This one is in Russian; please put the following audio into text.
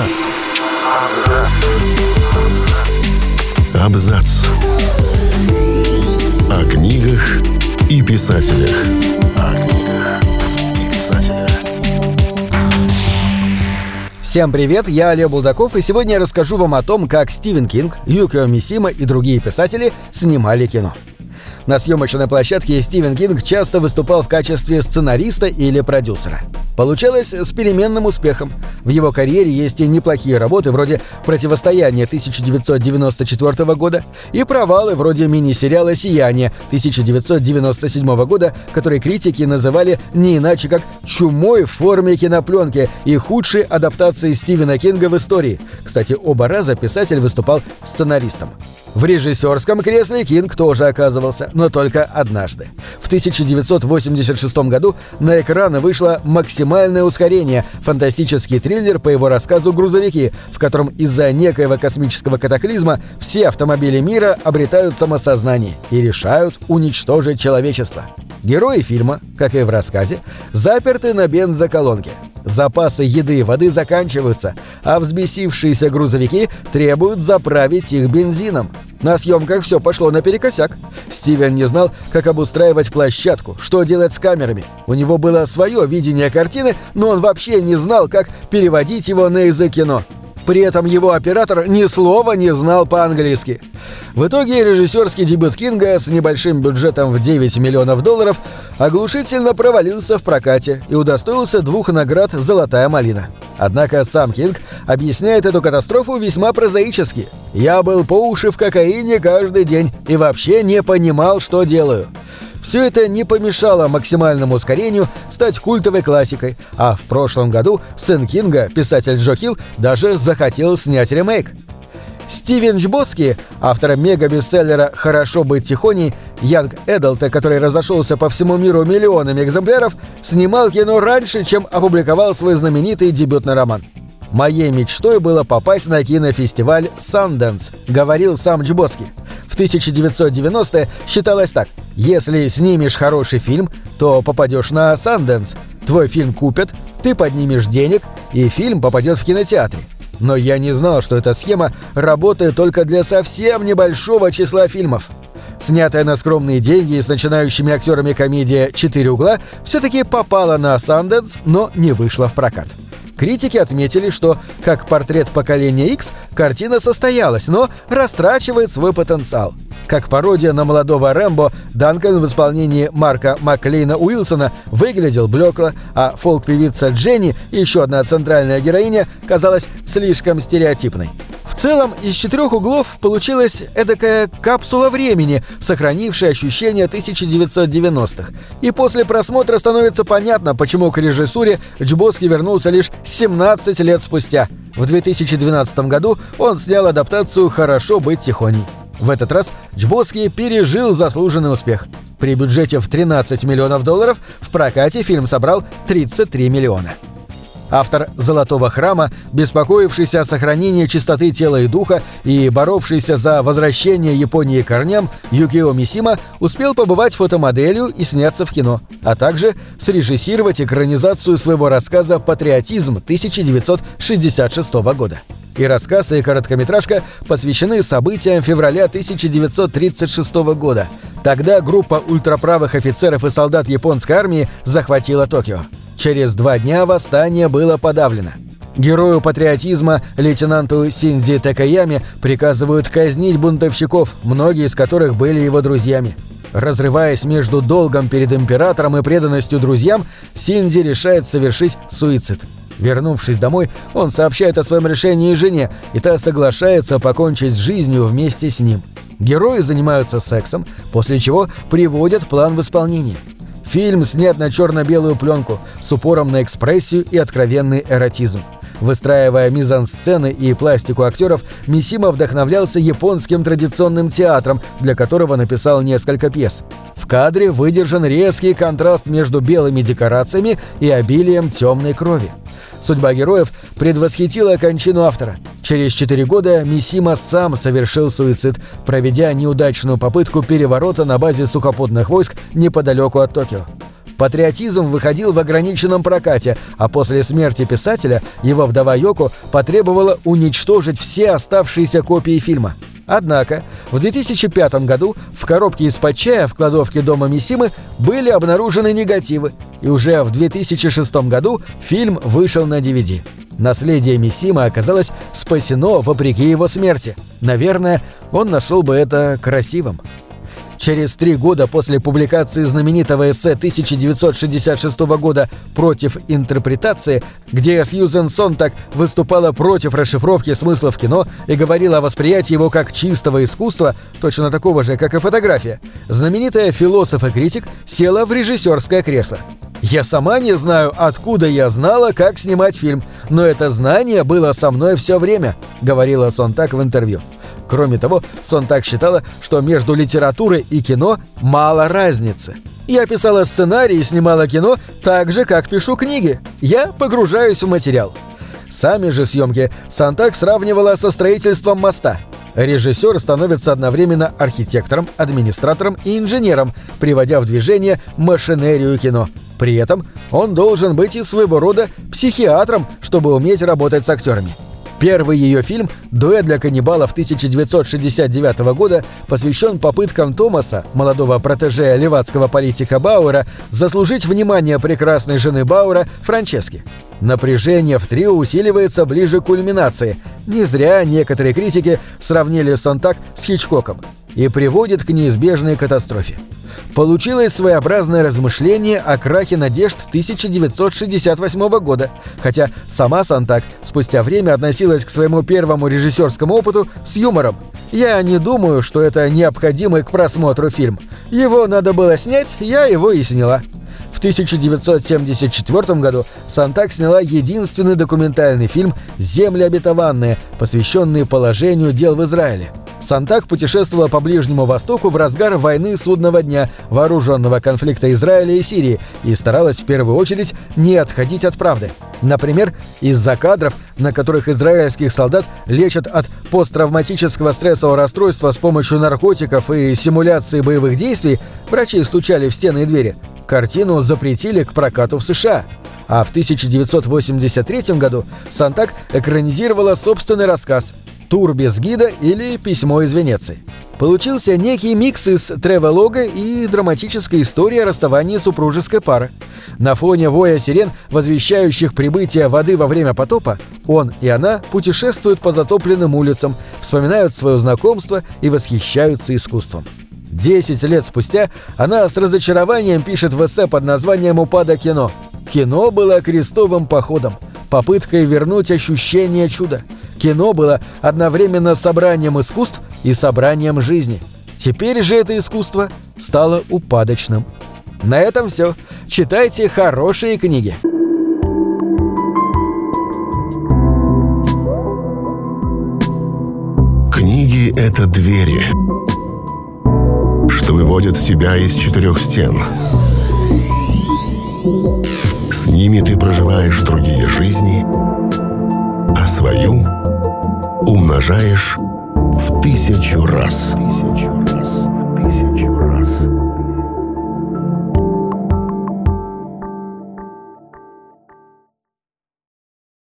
Абзац. О книгах и писателях. Всем привет, я Олег Булдаков, и сегодня я расскажу вам о том, как Стивен Кинг, Юкио Мисима и другие писатели снимали кино. На съемочной площадке Стивен Кинг часто выступал в качестве сценариста или продюсера. Получалось с переменным успехом. В его карьере есть и неплохие работы вроде «Противостояние» 1994 года и провалы вроде мини-сериала «Сияние» 1997 года, который критики называли не иначе как «чумой в форме кинопленки» и худшей адаптацией Стивена Кинга в истории. Кстати, оба раза писатель выступал сценаристом. В режиссерском кресле Кинг тоже оказывался, но только однажды. В 1986 году на экраны вышло «Максимальное ускорение», фантастический триллер по его рассказу «Грузовики», в котором из-за некоего космического катаклизма все автомобили мира обретают самосознание и решают уничтожить человечество. Герои фильма, как и в рассказе, заперты на бензоколонке. Запасы еды и воды заканчиваются, а взбесившиеся грузовики требуют заправить их бензином. На съемках все пошло наперекосяк. Стивен не знал, как обустраивать площадку, что делать с камерами. У него было свое видение картины, но он вообще не знал, как переводить его на язык кино. При этом его оператор ни слова не знал по-английски. В итоге режиссерский дебют Кинга с небольшим бюджетом в $9 миллионов оглушительно провалился в прокате и удостоился 2 наград «Золотая малина». Однако сам Кинг объясняет эту катастрофу весьма прозаически. «Я был по уши в кокаине каждый день и вообще не понимал, что делаю». Все это не помешало «Максимальному ускорению» стать культовой классикой, а в прошлом году сын Кинга, писатель Джо Хилл, даже захотел снять ремейк. Стивен Чбоски, автор мега-бестселлера «Хорошо быть тихоней», Young Adult, который разошелся по всему миру миллионами экземпляров, снимал кино раньше, чем опубликовал свой знаменитый дебютный роман. «Моей мечтой было попасть на кинофестиваль Sundance», — говорил сам Чбоски. В 1990-е считалось так: если снимешь хороший фильм, то попадешь на Sundance, твой фильм купят, ты поднимешь денег, и фильм попадет в кинотеатры. Но я не знал, что эта схема работает только для совсем небольшого числа фильмов. Снятая на скромные деньги с начинающими актерами комедия «4 угла» все-таки попала на Sundance, но не вышла в прокат. Критики отметили, что, как портрет поколения X, картина состоялась, но растрачивает свой потенциал. Как пародия на молодого Рэмбо, Данкан в исполнении Марка Маклейна Уилсона выглядел блекло, а фолк-певица Дженни, еще одна центральная героиня, казалась слишком стереотипной. В целом, из 4 углов получилась эдакая капсула времени, сохранившая ощущение 1990-х. И после просмотра становится понятно, почему к режиссуре Чбоски вернулся лишь 17 лет спустя. В 2012 году он снял адаптацию «Хорошо быть тихоней». В этот раз Чбоски пережил заслуженный успех. При бюджете в $13 миллионов в прокате фильм собрал 33 миллиона. Автор «Золотого храма», беспокоившийся о сохранении чистоты тела и духа и боровшийся за возвращение Японии к корням, Юкио Мисима успел побывать фотомоделью и сняться в кино, а также срежиссировать экранизацию своего рассказа «Патриотизм» 1966 года. И рассказ, и короткометражка посвящены событиям февраля 1936 года. Тогда группа ультраправых офицеров и солдат японской армии захватила Токио. Через 2 дня восстание было подавлено. Герою патриотизма, лейтенанту Синдзи Такаяме, приказывают казнить бунтовщиков, многие из которых были его друзьями. Разрываясь между долгом перед императором и преданностью друзьям, Синдзи решает совершить суицид. Вернувшись домой, он сообщает о своем решении жене, и та соглашается покончить с жизнью вместе с ним. Герои занимаются сексом, после чего приводят план в исполнение. Фильм снят на черно-белую пленку с упором на экспрессию и откровенный эротизм. Выстраивая мизансцены и пластику актеров, Мисима вдохновлялся японским традиционным театром, для которого написал несколько пьес. В кадре выдержан резкий контраст между белыми декорациями и обилием темной крови. Судьба героев предвосхитила кончину автора. Через 4 года Мисима сам совершил суицид, проведя неудачную попытку переворота на базе сухопутных войск неподалеку от Токио. Патриотизм выходил в ограниченном прокате, а после смерти писателя его вдова Йоко потребовала уничтожить все оставшиеся копии фильма. Однако в 2005 году в коробке из-под чая в кладовке дома Мисимы были обнаружены негативы, и уже в 2006 году фильм вышел на DVD. Наследие Мисимы оказалось спасено вопреки его смерти. Наверное, он нашел бы это красивым. Через 3 года после публикации знаменитого эссе 1966 года «Против интерпретации», где Сьюзен Сонтак выступала против расшифровки смысла в кино и говорила о восприятии его как чистого искусства, точно такого же, как и фотография, знаменитая философ и критик села в режиссерское кресло. «Я сама не знаю, откуда я знала, как снимать фильм, но это знание было со мной все время», — говорила Сонтак в интервью. Кроме того, Сонтак считала, что между литературой и кино мало разницы. «Я писала сценарий и снимала кино так же, как пишу книги. Я погружаюсь в материал». Сами же съемки Сонтак сравнивала со строительством моста. Режиссер становится одновременно архитектором, администратором и инженером, приводя в движение машинерию кино. При этом он должен быть и своего рода психиатром, чтобы уметь работать с актерами. Первый ее фильм «Дуэт для каннибалов» 1969 года посвящен попыткам Томаса, молодого протеже левацкого политика Бауэра, заслужить внимание прекрасной жены Бауэра Франчески. Напряжение в трио усиливается ближе к кульминации. Не зря некоторые критики сравнили Сонтак с Хичкоком и приводит к неизбежной катастрофе. Получилось своеобразное размышление о крахе надежд 1968 года, хотя сама Сонтак спустя время относилась к своему первому режиссерскому опыту с юмором. «Я не думаю, что это необходимый к просмотру фильм. Его надо было снять, я его и сняла». В 1974 году Сонтак сняла единственный документальный фильм «Земли обетованные», посвященный положению дел в Израиле. Сонтак путешествовала по Ближнему Востоку в разгар войны судного дня, вооруженного конфликта Израиля и Сирии, и старалась в первую очередь не отходить от правды. Например, из-за кадров, на которых израильских солдат лечат от посттравматического стрессового расстройства с помощью наркотиков и симуляции боевых действий, врачи стучали в стены и двери, картину запретили к прокату в США. А в 1983 году Сонтак экранизировала собственный рассказ «Тур без гида» или «Письмо из Венеции». Получился некий микс из тревелога и драматической истории о расставании супружеской пары. На фоне воя сирен, возвещающих прибытие воды во время потопа, он и она путешествуют по затопленным улицам, вспоминают свое знакомство и восхищаются искусством. 10 лет спустя она с разочарованием пишет в эссе под названием «Упадок кино». Кино было крестовым походом, попыткой вернуть ощущение чуда. Кино было одновременно собранием искусств и собранием жизни. Теперь же это искусство стало упадочным. На этом все. Читайте хорошие книги. Книги — это двери, что выводят тебя из 4 стен. С ними ты проживаешь другие жизни, а свою умножаешь в 1000 раз.